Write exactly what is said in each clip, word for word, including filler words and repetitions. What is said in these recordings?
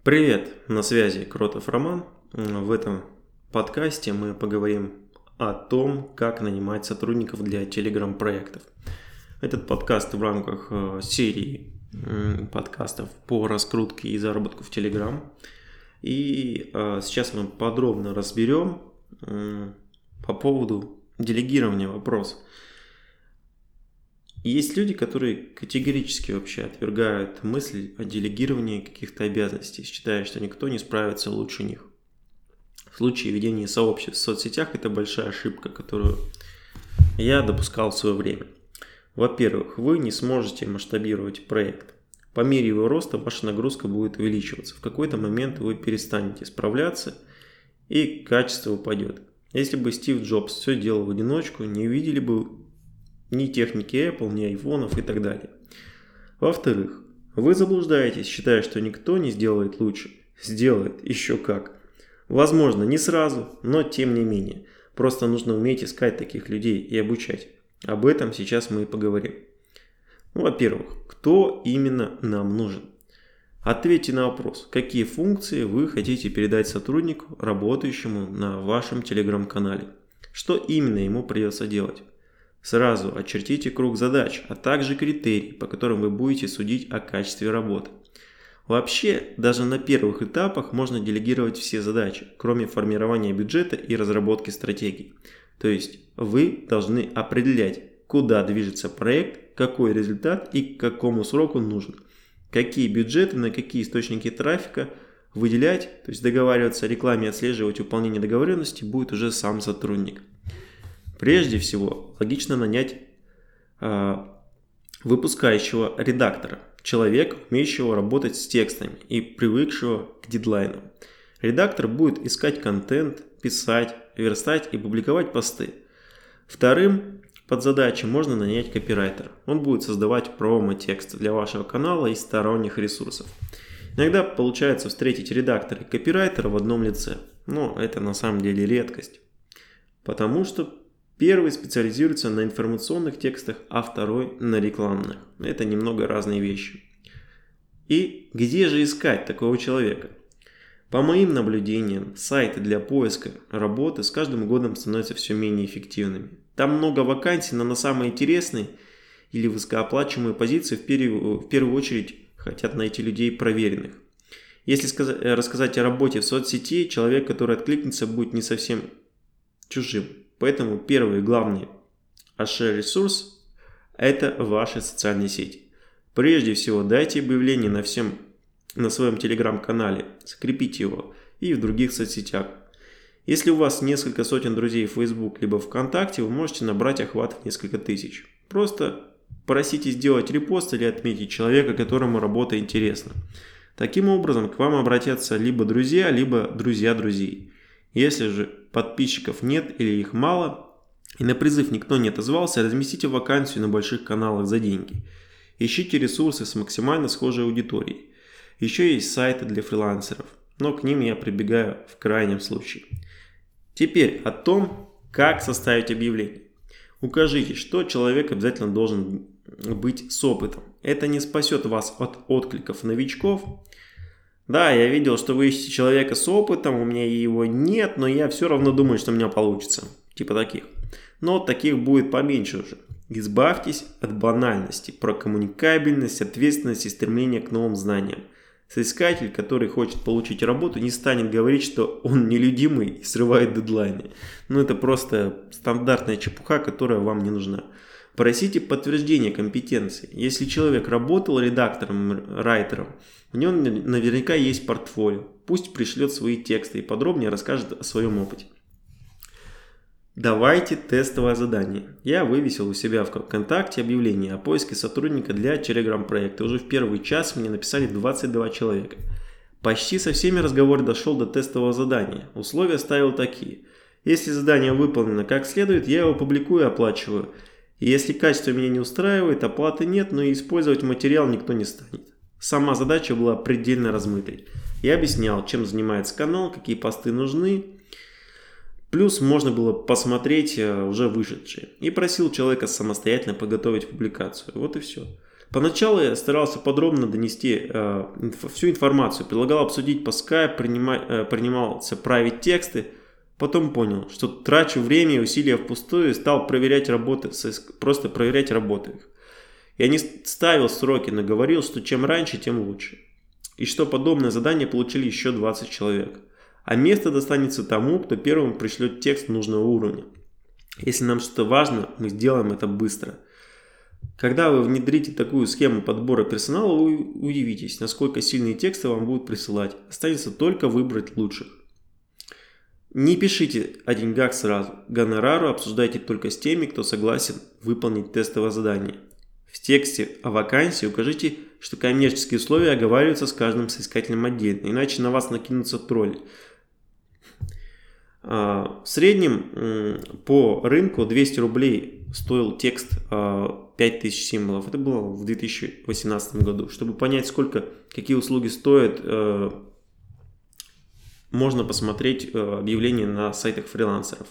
Привет, на связи Кротов Роман. В этом подкасте мы поговорим о том, как нанимать сотрудников для Telegram-проектов. Этот подкаст в рамках серии подкастов по раскрутке и заработку в Telegram. И сейчас мы подробно разберем по поводу делегирования вопрос. Есть люди, которые категорически вообще отвергают мысль о делегировании каких-то обязанностей, считая, что никто не справится лучше них. В случае ведения сообществ в соцсетях это большая ошибка, которую я допускал в свое время. Во-первых, вы не сможете масштабировать проект. По мере его роста ваша нагрузка будет увеличиваться. В какой-то момент вы перестанете справляться и качество упадет. Если бы Стив Джобс все делал в одиночку, не увидели бы ни техники Apple, ни айфонов и так далее. Во-вторых, вы заблуждаетесь, считая, что никто не сделает лучше. Сделает еще как. Возможно, не сразу, но тем не менее. Просто нужно уметь искать таких людей и обучать. Об этом сейчас мы и поговорим. Ну, во-первых, кто именно нам нужен? Ответьте на вопрос, какие функции вы хотите передать сотруднику, работающему на вашем телеграм-канале. Что именно ему придется делать? Сразу очертите круг задач, а также критерии, по которым вы будете судить о качестве работы. Вообще, даже на первых этапах можно делегировать все задачи, кроме формирования бюджета и разработки стратегий. То есть вы должны определять, куда движется проект, какой результат и к какому сроку нужен. Какие бюджеты, на какие источники трафика выделять, то есть договариваться о рекламе и отслеживать выполнение договоренности будет уже сам сотрудник. Прежде всего, логично нанять э, выпускающего редактора, человека, умеющего работать с текстами и привыкшего к дедлайнам. Редактор будет искать контент, писать, верстать и публиковать посты. Вторым под задачей можно нанять копирайтера. Он будет создавать промо-текст для вашего канала из сторонних ресурсов. Иногда получается встретить редактора и копирайтера в одном лице, но это на самом деле редкость, потому что первый специализируется на информационных текстах, а второй на рекламных. Это немного разные вещи. И где же искать такого человека? По моим наблюдениям, сайты для поиска работы с каждым годом становятся все менее эффективными. Там много вакансий, но на самые интересные или высокооплачиваемые позиции в первую, в первую очередь хотят найти людей проверенных. Если сказать, рассказать о работе в соцсети, человек, который откликнется, будет не совсем чужим. Поэтому первый главный эйч ар-ресурс – это ваши социальные сети. Прежде всего, дайте объявление на, всем, на своем телеграм-канале, закрепите его и в других соцсетях. Если у вас несколько сотен друзей в Facebook либо ВКонтакте, вы можете набрать охват в несколько тысяч. Просто просите сделать репост или отметить человека, которому работа интересна. Таким образом, к вам обратятся либо друзья, либо друзья друзей. Если же подписчиков нет или их мало, и на призыв никто не отозвался, разместите вакансию на больших каналах за деньги. Ищите ресурсы с максимально схожей аудиторией. Еще есть сайты для фрилансеров, но к ним я прибегаю в крайнем случае. Теперь о том, как составить объявление. Укажите, что человек обязательно должен быть с опытом. Это не спасет вас от откликов новичков. Да, я видел, что вы ищете человека с опытом, у меня его нет, но я все равно думаю, что у меня получится. Типа таких. Но таких будет поменьше уже. Избавьтесь от банальности про коммуникабельность, ответственность и стремление к новым знаниям. Соискатель, который хочет получить работу, не станет говорить, что он нелюдимый и срывает дедлайны. Ну это просто стандартная чепуха, которая вам не нужна. Просите подтверждение компетенции. Если человек работал редактором, райтером, у него наверняка есть портфолио. Пусть пришлет свои тексты и подробнее расскажет о своем опыте. Давайте тестовое задание. Я вывесил у себя в ВКонтакте объявление о поиске сотрудника для Telegram-проекта. Уже в первый час мне написали двадцать два человека. Почти со всеми разговор дошел до тестового задания. Условия ставил такие. Если задание выполнено как следует, я его публикую и оплачиваю. И если качество меня не устраивает, оплаты нет, но и использовать материал никто не станет. Сама задача была предельно размытой. Я объяснял, чем занимается канал, какие посты нужны. Плюс можно было посмотреть уже вышедшие. И просил человека самостоятельно подготовить публикацию. Вот и все. Поначалу я старался подробно донести э, инф- всю информацию, предлагал обсудить по скайпу, принима- э, принимался править тексты. Потом понял, что трачу время и усилия впустую и стал проверять работы, просто проверять работы их. Я не ставил сроки, но говорил, что чем раньше, тем лучше. И что подобное задание получили еще двадцать человек. А место достанется тому, кто первым пришлет текст нужного уровня. Если нам что-то важно, мы сделаем это быстро. Когда вы внедрите такую схему подбора персонала, вы удивитесь, насколько сильные тексты вам будут присылать. Останется только выбрать лучших. Не пишите о деньгах сразу. Гонорару обсуждайте только с теми, кто согласен выполнить тестовое задание. В тексте о вакансии укажите, что коммерческие условия оговариваются с каждым соискателем отдельно, иначе на вас накинутся тролли. В среднем по рынку двести рублей стоил текст пять тысяч символов. Это было в две тысячи восемнадцатом году. Чтобы понять, сколько, какие услуги стоят, можно посмотреть объявления на сайтах фрилансеров.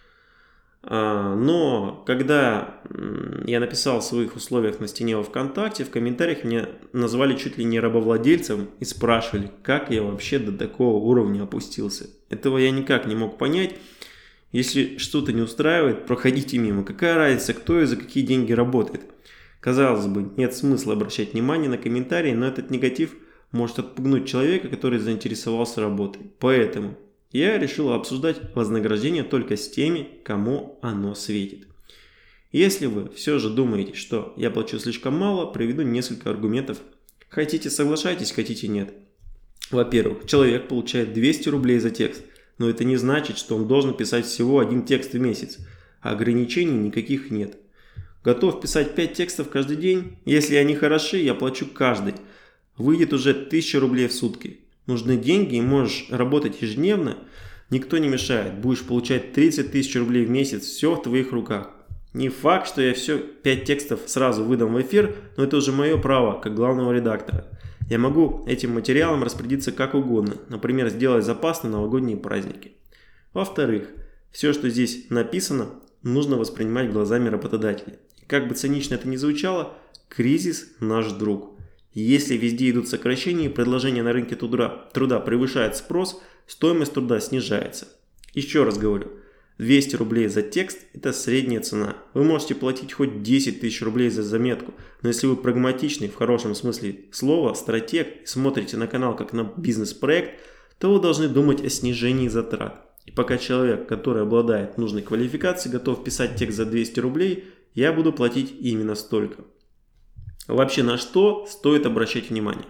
Но когда я написал в своих условиях на стене во ВКонтакте, в комментариях меня назвали чуть ли не рабовладельцем и спрашивали, как я вообще до такого уровня опустился. Этого я никак не мог понять. Если что-то не устраивает, проходите мимо. Какая разница, кто и за какие деньги работает? Казалось бы, нет смысла обращать внимание на комментарии, но этот негатив может отпугнуть человека, который заинтересовался работой. Поэтому я решил обсуждать вознаграждение только с теми, кому оно светит. Если вы все же думаете, что я плачу слишком мало, приведу несколько аргументов. Хотите — соглашайтесь, хотите — нет. Во-первых, человек получает двести рублей за текст, но это не значит, что он должен писать всего один текст в месяц. Ограничений никаких нет. Готов писать пять текстов каждый день? Если они хороши, я плачу каждый. Выйдет уже тысяча рублей в сутки. Нужны деньги и можешь работать ежедневно, никто не мешает. Будешь получать тридцать тысяч рублей в месяц, все в твоих руках. Не факт, что я все пять текстов сразу выдам в эфир, но это уже мое право, как главного редактора. Я могу этим материалом распорядиться как угодно, например, сделать запас на новогодние праздники. Во-вторых, все, что здесь написано, нужно воспринимать глазами работодателя. Как бы цинично это ни звучало, кризис наш друг. Если везде идут сокращения и предложение на рынке труда, труда превышает спрос, стоимость труда снижается. Еще раз говорю, двести рублей за текст – это средняя цена. Вы можете платить хоть десять тысяч рублей за заметку, но если вы прагматичный в хорошем смысле слова, стратег и смотрите на канал как на бизнес-проект, то вы должны думать о снижении затрат. И пока человек, который обладает нужной квалификацией, готов писать текст за двести рублей, я буду платить именно столько. Вообще на что стоит обращать внимание?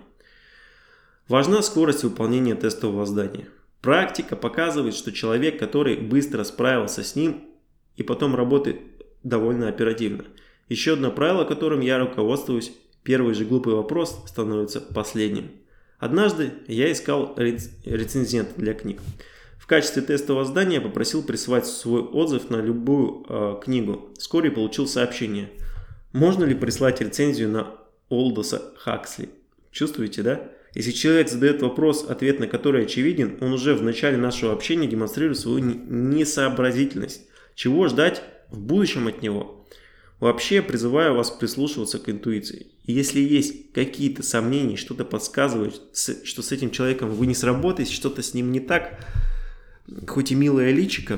Важна скорость выполнения тестового задания. Практика показывает, что человек, который быстро справился с ним и потом работает довольно оперативно. Еще одно правило, которым я руководствуюсь: первый же глупый вопрос становится последним. Однажды я искал рецензента для книг. В качестве тестового задания попросил прислать свой отзыв на любую э, книгу. Вскоре получил сообщение: можно ли прислать рецензию на Олдоса Хаксли? Чувствуете, да? Если человек задает вопрос, ответ на который очевиден, он уже в начале нашего общения демонстрирует свою несообразительность. Чего ждать в будущем от него? Вообще призываю вас прислушиваться к интуиции. И если есть какие-то сомнения, что-то подсказывает, что с этим человеком вы не сработаете, что-то с ним не так, хоть и милое личико,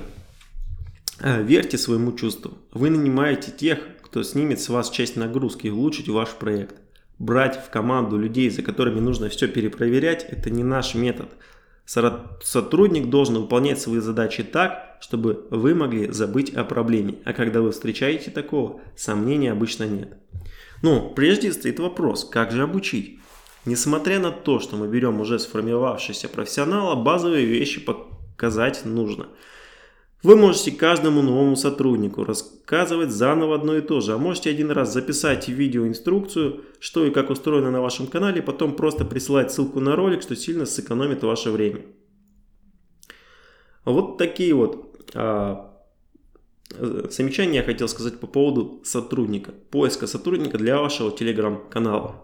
верьте своему чувству. Вы нанимаете тех, кто снимет с вас часть нагрузки и улучшит ваш проект. Брать в команду людей, за которыми нужно все перепроверять, это не наш метод. Сотрудник должен выполнять свои задачи так, чтобы вы могли забыть о проблеме. А когда вы встречаете такого, сомнений обычно нет. Но прежде стоит вопрос, как же обучить? Несмотря на то, что мы берем уже сформировавшегося профессионала, базовые вещи показать нужно. Вы можете каждому новому сотруднику рассказывать заново одно и то же, а можете один раз записать видеоинструкцию, что и как устроено на вашем канале, потом просто присылать ссылку на ролик, что сильно сэкономит ваше время. Вот такие вот а, замечания я хотел сказать по поводу сотрудника, поиска сотрудника для вашего телеграм-канала.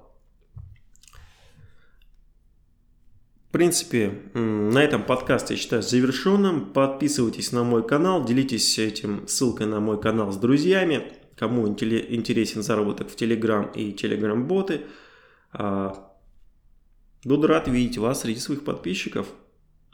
В принципе, на этом подкаст я считаю завершенным. Подписывайтесь на мой канал, делитесь этим ссылкой на мой канал с друзьями. кому интересен заработок в Telegram и Telegram-боты. Буду рад видеть вас среди своих подписчиков.